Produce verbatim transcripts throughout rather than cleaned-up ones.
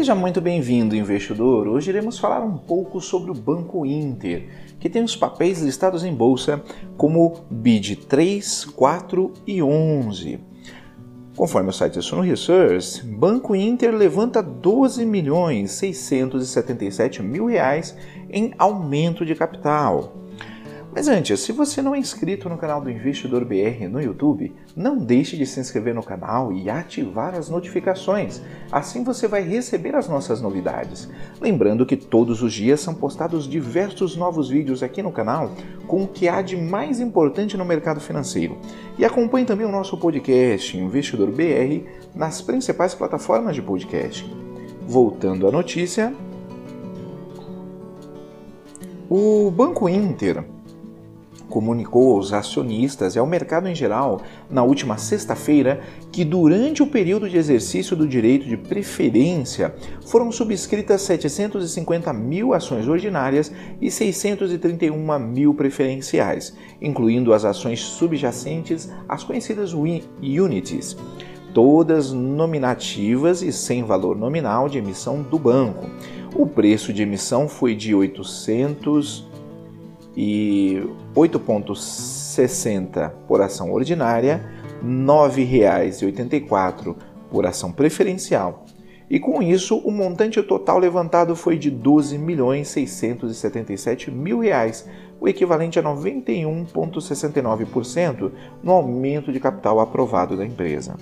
Seja muito bem-vindo, investidor! Hoje iremos falar um pouco sobre o Banco Inter, que tem os papéis listados em bolsa como B I D três, quatro e onze. Conforme o site Suno Research, Banco Inter levanta doze milhões seiscentos e setenta e sete mil reais em aumento de capital. Mas antes, se você não é inscrito no canal do Investidor B R no YouTube, não deixe de se inscrever no canal e ativar as notificações. Assim você vai receber as nossas novidades. Lembrando que todos os dias são postados diversos novos vídeos aqui no canal com o que há de mais importante no mercado financeiro. E acompanhe também o nosso podcast Investidor B R nas principais plataformas de podcast. Voltando à notícia, o Banco Inter comunicou aos acionistas e ao mercado em geral, na última sexta-feira, que durante o período de exercício do direito de preferência foram subscritas setecentas e cinquenta mil ações ordinárias e seiscentas e trinta e uma mil preferenciais, incluindo as ações subjacentes, as conhecidas Unities, todas nominativas e sem valor nominal de emissão do banco. O preço de emissão foi de oitocentos e oito reais e sessenta centavos por ação ordinária, nove reais e oitenta e quatro centavos por ação preferencial. E com isso, o montante total levantado foi de doze milhões seiscentos e setenta e sete mil reais, o equivalente a noventa e um vírgula sessenta e nove por cento no aumento de capital aprovado da empresa.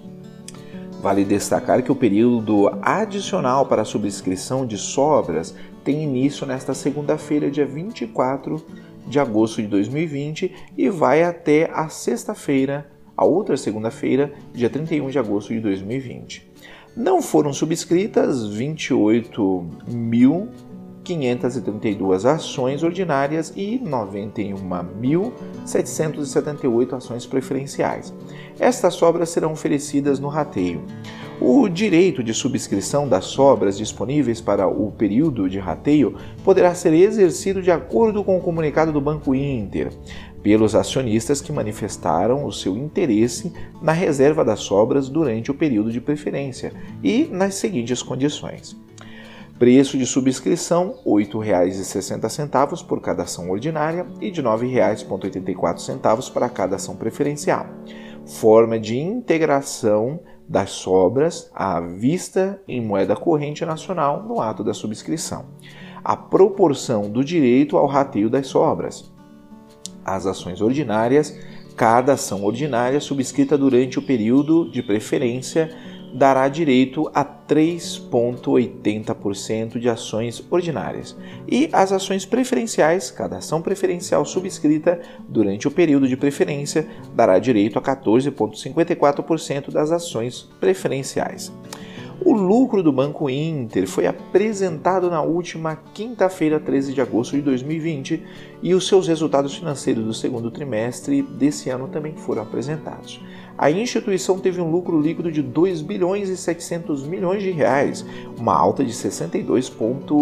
Vale destacar que o período adicional para a subscrição de sobras tem início nesta segunda-feira, dia vinte e quatro de agosto de dois mil e vinte, e vai até a sexta-feira, a outra segunda-feira, dia trinta e um de agosto de dois mil e vinte. Não foram subscritas vinte e oito mil quinhentas e trinta e duas ações ordinárias e noventa e uma mil setecentas e setenta e oito ações preferenciais. Estas sobras serão oferecidas no rateio. O direito de subscrição das sobras disponíveis para o período de rateio poderá ser exercido de acordo com o comunicado do Banco Inter, pelos acionistas que manifestaram o seu interesse na reserva das sobras durante o período de preferência e nas seguintes condições. Preço de subscrição, oito reais e sessenta centavos por cada ação ordinária e de nove reais e oitenta e quatro centavos para cada ação preferencial. Forma de integração das sobras à vista em moeda corrente nacional no ato da subscrição. A proporção do direito ao rateio das sobras. As ações ordinárias, cada ação ordinária subscrita durante o período de preferência dará direito a três vírgula oitenta por cento de ações ordinárias. E as ações preferenciais, cada ação preferencial subscrita durante o período de preferência dará direito a quatorze vírgula cinquenta e quatro por cento das ações preferenciais. O lucro do Banco Inter foi apresentado na última quinta-feira, treze de agosto de dois mil e vinte, e os seus resultados financeiros do segundo trimestre desse ano também foram apresentados. A instituição teve um lucro líquido de dois bilhões e setecentos milhões de reais, uma alta de sessenta e dois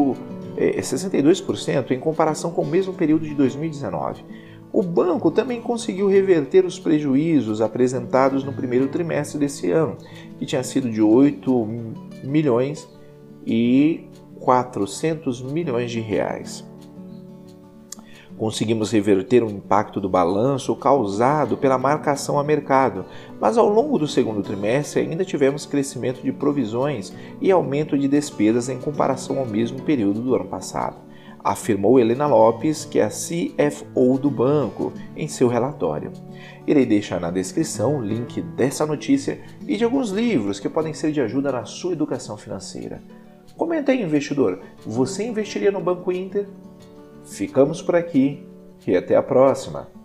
por cento em comparação com o mesmo período de dois mil e dezenove. O banco também conseguiu reverter os prejuízos apresentados no primeiro trimestre desse ano, que tinha sido de oito milhões e quatrocentos milhões de reais. Conseguimos reverter o impacto do balanço causado pela marcação a mercado, mas ao longo do segundo trimestre ainda tivemos crescimento de provisões e aumento de despesas em comparação ao mesmo período do ano passado, afirmou Helena Lopes, que é a C F O do banco, em seu relatório. Irei deixar na descrição o link dessa notícia e de alguns livros que podem ser de ajuda na sua educação financeira. Comenta aí, investidor, você investiria no Banco Inter? Ficamos por aqui e até a próxima!